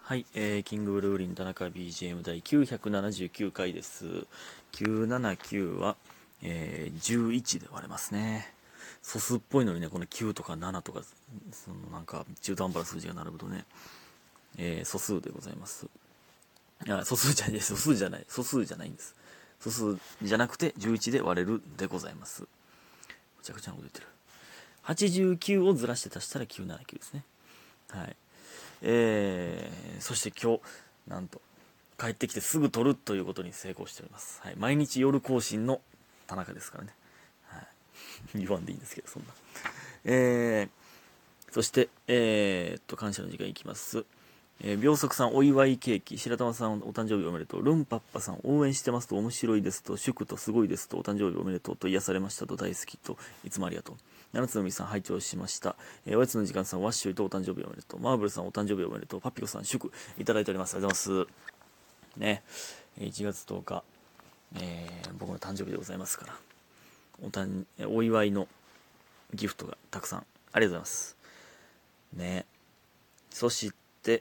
はい、キングブルーリン田中 BGM 第979回です。979は、11で割れますね。素数っぽいのにね、この9とか7とか、そのなんか中途半端な数字が並ぶとね、素数でございます。素数じゃない、素数じゃない、素数じゃないんです。素数じゃなくて11で割れるでございます。むちゃくちゃなこと言ってる。89をずらして足したら979ですね。はい。そして今日なんと帰ってきてすぐ撮るということに成功しております。はい、毎日夜更新の田中ですからね。はい、言わんでいいんですけどそんな。そして感謝の時間いきます。秒速さんお祝いケーキ、白玉さんお誕生日おめでとう、ルンパッパさん応援してますと面白いですと、祝とすごいですと、お誕生日おめでとうと癒されましたと大好きといつもありがとう。七つのみさん拝聴しました。おやつの時間さんワッシュイとお誕生日おめでとう、マーブルさんお誕生日おめでとう、パピコさん祝いただいております。ありがとうございますね。1月10日、僕の誕生日でございますからお祝いのギフトがたくさんありがとうございますね。そして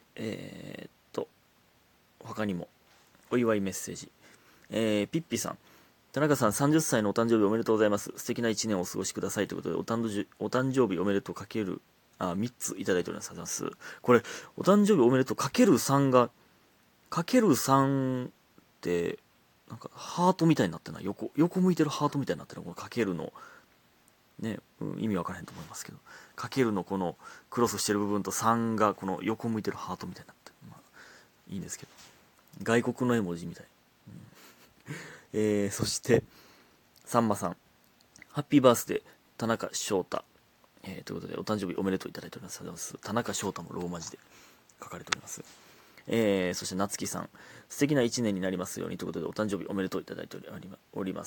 他にもお祝いメッセージ、ピッピさん、田中さん30歳のお誕生日おめでとうございます。素敵な1年をお過ごしくださいということでお誕生日おめでとうかける3ついただいております。ありがとうございます。これお誕生日おめでとうかける3がかける3ってなんかハートみたいになってない、横向いてるハートみたいになってる、このかけるのね、意味わからへんと思いますけど、かけるのこのクロスしてる部分と3がこの横向いてるハートみたいになってる、いいんですけど、外国の絵文字みたい、そしてさんまさんハッピーバースデー田中翔太、ということでお誕生日おめでとういただいております。ありがとうございます。田中翔太もローマ字で書かれております。そして夏木さん素敵な1年になりますようにということでお誕生日おめでとういただいております。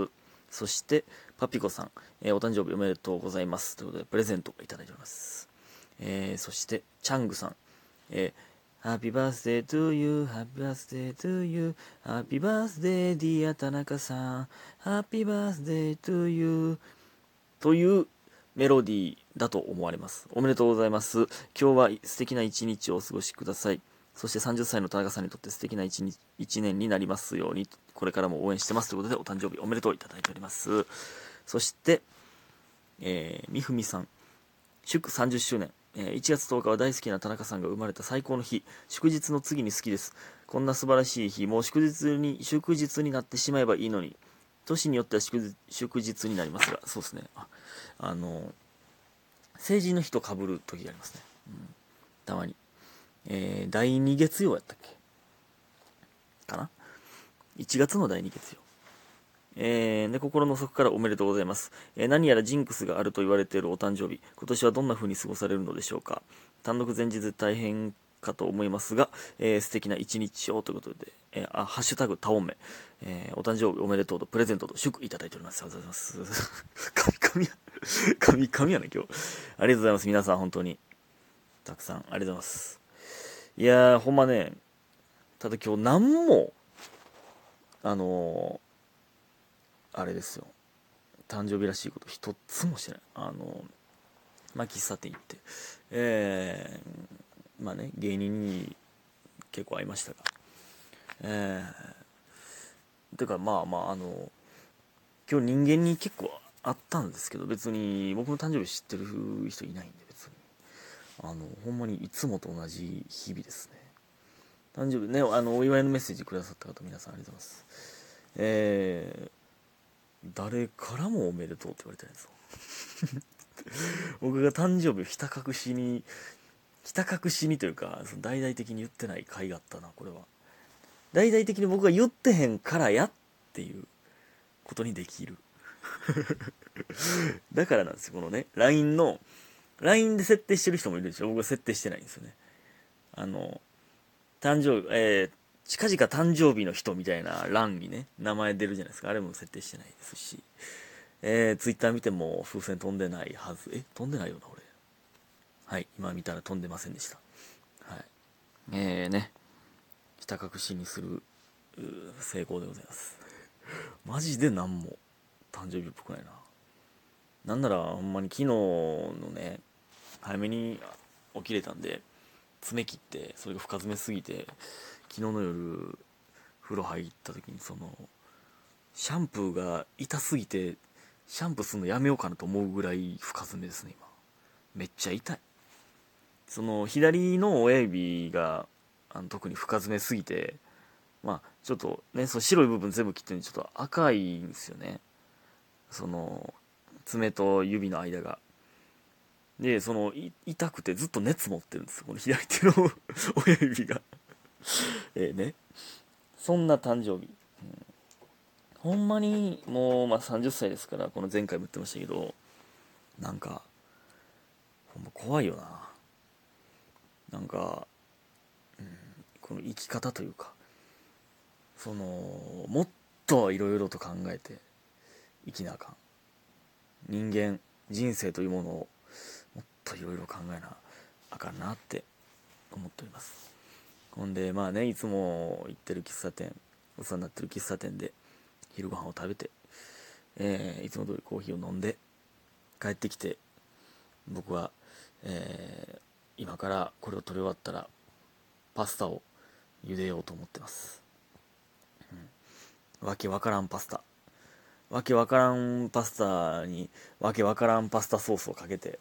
そしてパピコさん、お誕生日おめでとうございますということでプレゼントをいただいております。そしてチャングさん、Happy birthday to you, Happy birthday to you, Happy birthday dear 田中さん、Happy birthday to you というメロディーだと思われます。おめでとうございます。今日は素敵な一日をお過ごしください。そして30歳の田中さんにとって素敵な一年になりますように、これからも応援してますということでお誕生日おめでとういただいております。そしてみふみさん祝30周年、1月10日は大好きな田中さんが生まれた最高の日、祝日の次に好きです。こんな素晴らしい日、もう祝日になってしまえばいいのに、年によっては祝日になりますが、そうですね、成人の日と被る時がありますね、たまに、第2月曜やったっけかな、1月の第2月曜、で心の底からおめでとうございます。何やらジンクスがあると言われているお誕生日、今年はどんな風に過ごされるのでしょうか。単独前日大変かと思いますが、素敵な一日をということで、ハッシュタグタオメ、お誕生日おめでとうとプレゼントと祝いただいております。ありがとうございます。神やね今日。ありがとうございます。皆さん本当にたくさんありがとうございます。いやーほんまね、ただ今日何もあれですよ、誕生日らしいこと一つもしてない。喫茶店行って、まあね、芸人に結構会いましたが、てか今日人間に結構会ったんですけど、別に僕の誕生日知ってる人いないんで、別にほんまにいつもと同じ日々ですね。誕生日ね、お祝いのメッセージくださった方皆さんありがとうございます。誰からもおめでとうって言われてないんですよ僕が誕生日をひた隠しにというか、その大々的に言ってない回があったな。これは大々的に僕が言ってへんからやっていうことにできるだからなんですよ、このね LINE で設定してる人もいるでしょ。僕は設定してないんですよね。誕生日、近々誕生日の人みたいな欄にね名前出るじゃないですか。あれも設定してないですし、ツイッター見ても風船飛んでないはず。飛んでないよな俺。はい、今見たら飛んでませんでした。はい、ね、ひた隠しにする成功でございます。マジで何も誕生日っぽくないな。なんならほんまに昨日のね早めに起きれたんで、 爪切って、それが深爪すぎて、昨日の夜風呂入った時にそのシャンプーが痛すぎてシャンプーするのやめようかなと思うぐらい深爪ですね。今めっちゃ痛い。その左の親指が特に深爪すぎて、まあちょっとね、その白い部分全部切ってるんでちょっと赤いんですよね、その爪と指の間が。でその痛くてずっと熱持ってるんですよ、この左手の親指がね、そんな誕生日、ほんまにもう、30歳ですから、この前回も言ってましたけど、なんかほんま怖いよな。なんか、この生き方というか、そのもっといろいろと考えて生きなあかん。人生というものをもっといろいろ考えなあかんなって思っております。ほんでいつも行ってる喫茶店、お世話になってる喫茶店で昼ご飯を食べて、いつも通りコーヒーを飲んで帰ってきて、僕は、今からこれを取り終わったらパスタを茹でようと思ってます。わけわからんパスタ、わけわからんパスタにわけわからんパスタソースをかけて、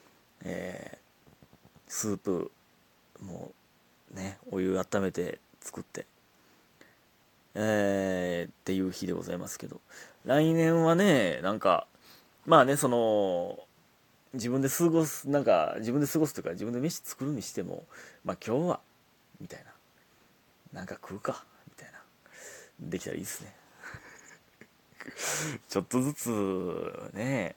スープもね、お湯温めて作って、っていう日でございますけど、来年はね、その自分で過ごすというか、自分で飯作るにしても、今日はみたいな、食うかみたいな、できたらいいですねちょっとずつね、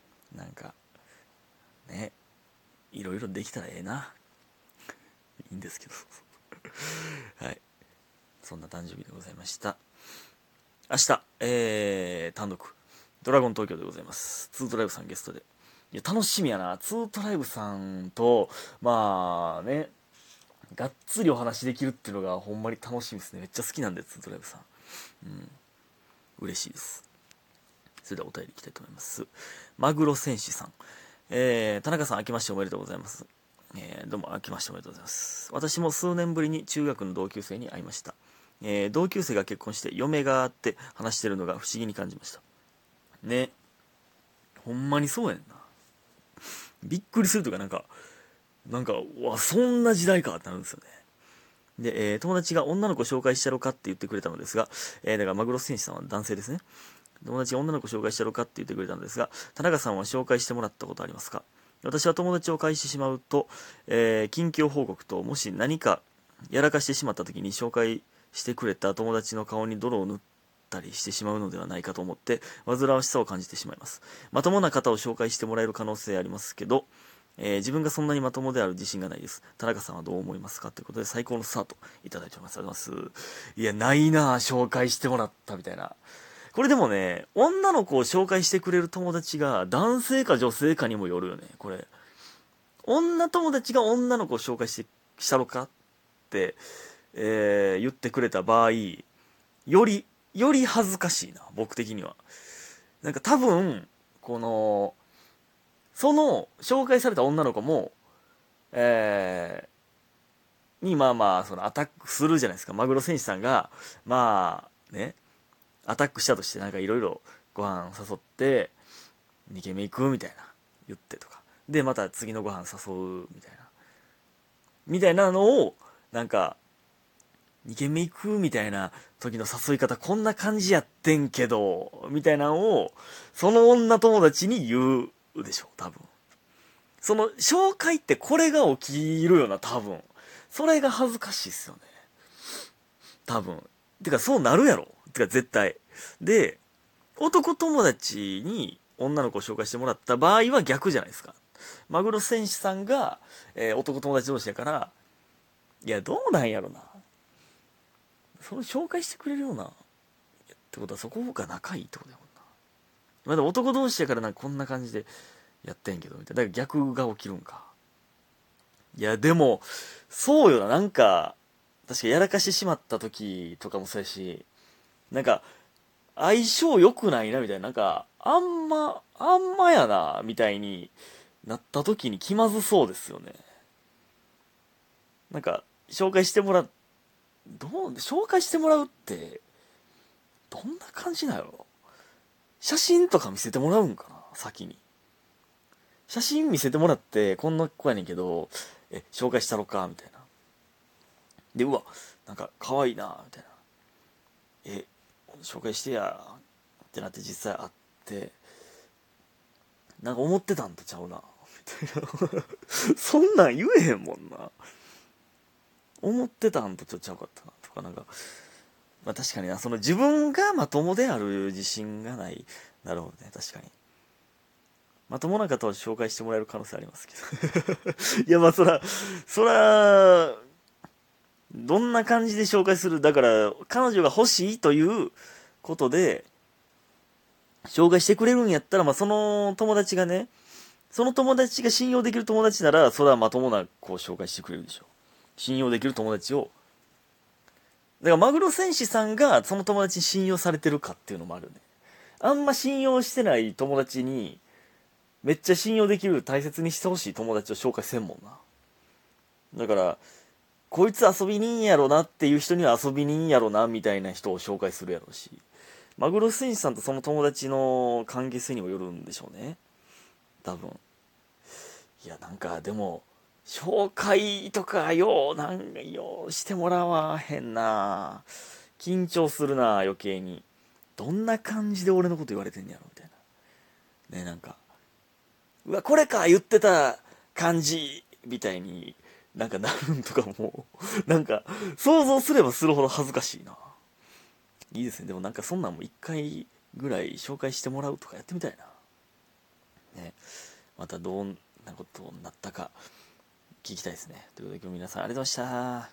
いろいろできたらええな、いいんですけどはい、そんな誕生日でございました。明日、単独ドラゴン東京でございます。ツートライブさんゲストで、いや楽しみやな。ツートライブさんとがっつりお話できるっていうのがほんまに楽しみですね。めっちゃ好きなんでツートライブさん、嬉しいです。それではお便りいきたいと思います。マグロ戦士さん、田中さん、明けましておめでとうございます。どうも明けましておめでとうございます。私も数年ぶりに中学の同級生に会いました。同級生が結婚して嫁があって話してるのが不思議に感じましたね。ほんまにそうやんな。びっくりするというか、そんな時代かってなるんですよね。で、友達が女の子紹介したろかって言ってくれたのですが、だからマグロ戦士さんは男性ですね。友達が女の子紹介したろかって言ってくれたのですが、田中さんは紹介してもらったことありますか？私は友達を介してしまうと、近況報告と、もし何かやらかしてしまった時に紹介してくれた友達の顔に泥を塗ったりしてしまうのではないかと思って煩わしさを感じてしまいます。まともな方を紹介してもらえる可能性ありますけど、自分がそんなにまともである自信がないです。田中さんはどう思いますか？ということで、最高のスタートいただいております。ありがとうございます。いや、ないなぁ、紹介してもらったみたいな。これでもね、女の子を紹介してくれる友達が男性か女性かにもよるよね、これ。女友達が女の子を紹介したろかって、言ってくれた場合、より恥ずかしいな、僕的には。多分、その紹介された女の子も、そのアタックするじゃないですか。マグロ戦士さんが、アタックしたとしていろいろご飯誘って、2軒目行くみたいな言ってとか。で、また次のご飯誘うみたいなのを、2軒目行くみたいな時の誘い方こんな感じやってんけど、みたいなのを、その女友達に言うでしょ、多分。その紹介ってこれが起きるよな、多分。それが恥ずかしいっすよね。多分。てか、そうなるやろ。てか、絶対。で、男友達に女の子を紹介してもらった場合は逆じゃないですか。マグロ戦士さんが、男友達同士やから、いや、どうなんやろな。それ紹介してくれるような。ってことは、そこが仲いいってことやもんな。まだ男同士やからこんな感じでやってんけど、みたいな。だから逆が起きるんか。いや、でも、そうよな。確かやらかしてしまった時とかもそうやし、相性良くないな、みたいな。あんまやな、みたいになった時に気まずそうですよね。 なんか紹介してもらうってどんな感じなんやろ。写真とか見せてもらうんかな、先に。写真見せてもらって、こんな子やねんけど、紹介したろかみたいな。で、うわ、なんか可愛いなみたいな。紹介してやってなって実際会って、なんか思ってたんとちゃうなみたいな。そんなん言えへんもんな。思ってたんとちょっとちゃうかったなとか、なんか、まあ確かにな、その自分がまともである自信がない。なるほどね、確かに。まともな方は紹介してもらえる可能性ありますけど。いや、まあそら、どんな感じで紹介する、だから、彼女が欲しいということで、紹介してくれるんやったら、まあその友達がね、その友達が信用できる友達なら、それはまともな子を紹介してくれるでしょ。信用できる友達を。だからマグロ戦士さんがその友達に信用されてるかっていうのもあるね。あんま信用してない友達に、めっちゃ信用できる大切にしてほしい友達を紹介せんもんな。だから、こいつ遊び人やろなっていう人には遊び人やろなみたいな人を紹介するやろうし、マグロ戦士さんとその友達の関係性にもよるんでしょうね。多分。いや、なんかでも、紹介とかようしてもらわへんな。緊張するな、余計に。どんな感じで俺のこと言われてんやろみたいな。ね、なんか、うわ、これか言ってた感じみたいになんかなるんとかも、なんか、想像すればするほど恥ずかしいな。いいですね。でもなんかそんなんも一回ぐらい紹介してもらうとかやってみたいな。ね。またどんなことになったか聞きたいですね。ということで今日皆さんありがとうございました。